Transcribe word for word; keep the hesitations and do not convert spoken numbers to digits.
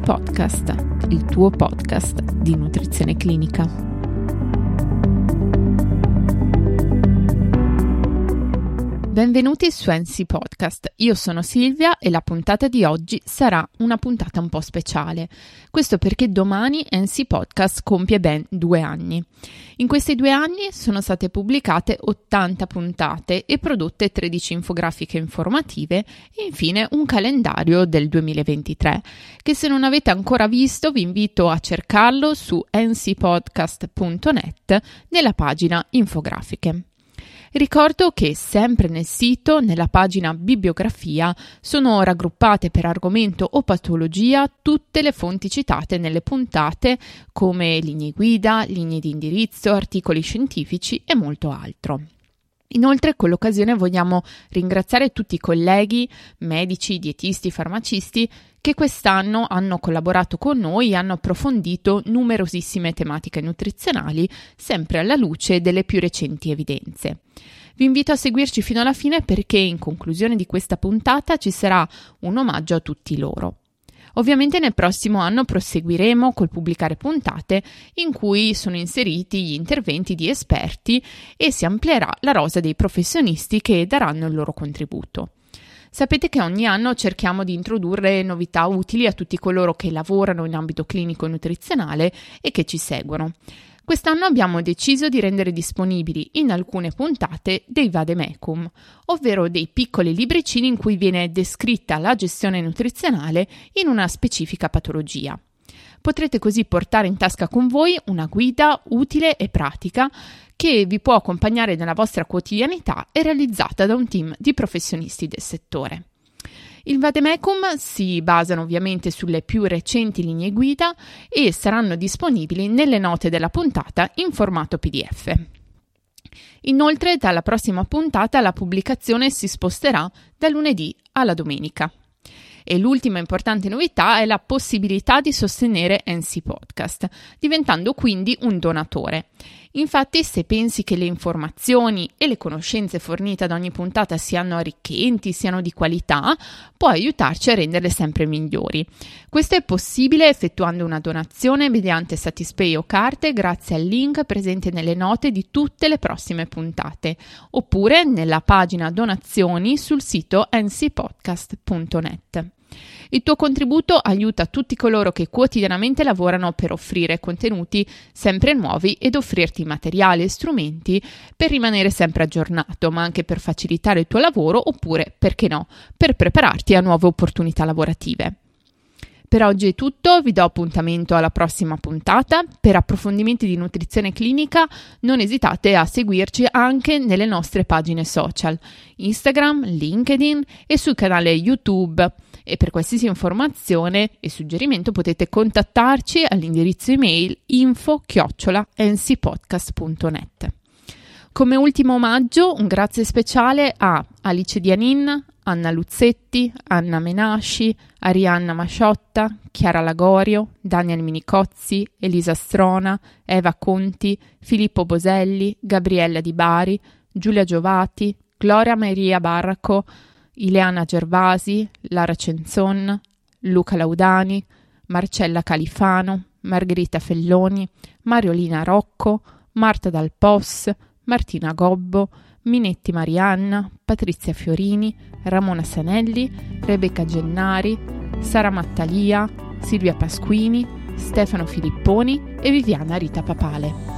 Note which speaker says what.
Speaker 1: Podcast, il tuo podcast di nutrizione clinica. Benvenuti su N C Podcast, io sono Silvia e la puntata di oggi sarà una puntata un po' speciale. Questo perché domani N C Podcast compie ben due anni. In questi due anni sono state pubblicate ottanta puntate e prodotte tredici infografiche informative e infine un calendario del duemilaventitré, che se non avete ancora visto vi invito a cercarlo su n c podcast punto net nella pagina infografiche. Ricordo che sempre nel sito, nella pagina bibliografia, sono raggruppate per argomento o patologia tutte le fonti citate nelle puntate come linee guida, linee di indirizzo, articoli scientifici e molto altro. Inoltre, con l'occasione vogliamo ringraziare tutti i colleghi, medici, dietisti, farmacisti che quest'anno hanno collaborato con noi e hanno approfondito numerosissime tematiche nutrizionali, sempre alla luce delle più recenti evidenze. Vi invito a seguirci fino alla fine perché in conclusione di questa puntata ci sarà un omaggio a tutti loro. Ovviamente nel prossimo anno proseguiremo col pubblicare puntate in cui sono inseriti gli interventi di esperti e si amplierà la rosa dei professionisti che daranno il loro contributo. Sapete che ogni anno cerchiamo di introdurre novità utili a tutti coloro che lavorano in ambito clinico e nutrizionale e che ci seguono. Quest'anno abbiamo deciso di rendere disponibili in alcune puntate dei vademecum, ovvero dei piccoli libricini in cui viene descritta la gestione nutrizionale in una specifica patologia. Potrete così portare in tasca con voi una guida utile e pratica che vi può accompagnare nella vostra quotidianità e realizzata da un team di professionisti del settore. Il vademecum si basano ovviamente sulle più recenti linee guida e saranno disponibili nelle note della puntata in formato P D F. Inoltre, dalla prossima puntata la pubblicazione si sposterà da lunedì alla domenica. E l'ultima importante novità è la possibilità di sostenere N C Podcast, diventando quindi un donatore. Infatti, se pensi che le informazioni e le conoscenze fornite ad ogni puntata siano arricchenti, siano di qualità, puoi aiutarci a renderle sempre migliori. Questo è possibile effettuando una donazione mediante Satispay o carte grazie al link presente nelle note di tutte le prossime puntate, oppure nella pagina donazioni sul sito n c podcast punto net. Il tuo contributo aiuta tutti coloro che quotidianamente lavorano per offrire contenuti sempre nuovi ed offrirti materiali e strumenti per rimanere sempre aggiornato, ma anche per facilitare il tuo lavoro oppure, perché no, per prepararti a nuove opportunità lavorative. Per oggi è tutto, vi do appuntamento alla prossima puntata. Per approfondimenti di nutrizione clinica non esitate a seguirci anche nelle nostre pagine social, Instagram, LinkedIn e sul canale YouTube. E per qualsiasi informazione e suggerimento potete contattarci all'indirizzo email info chiocciola n c podcast punto net. Come ultimo omaggio, un grazie speciale a Alice Dianin, Anna Luzzetti, Anna Menasci, Arianna Masciotta, Chiara Lagorio, Daniel Minicozzi, Elisa Strona, Eva Conti, Filippo Boselli, Gabriella Di Bari, Giulia Giovati, Gloria Maria Barraco, Ileana Gervasi, Lara Cenzon, Luca Laudani, Marcella Califano, Margherita Felloni, Mariolina Rocco, Marta Dal Pos, Martina Gobbo, Minetti Marianna, Patrizia Fiorini, Ramona Sanelli, Rebecca Gennari, Sara Mattalia, Silvia Pasquini, Stefano Filipponi e Viviana Rita Papale.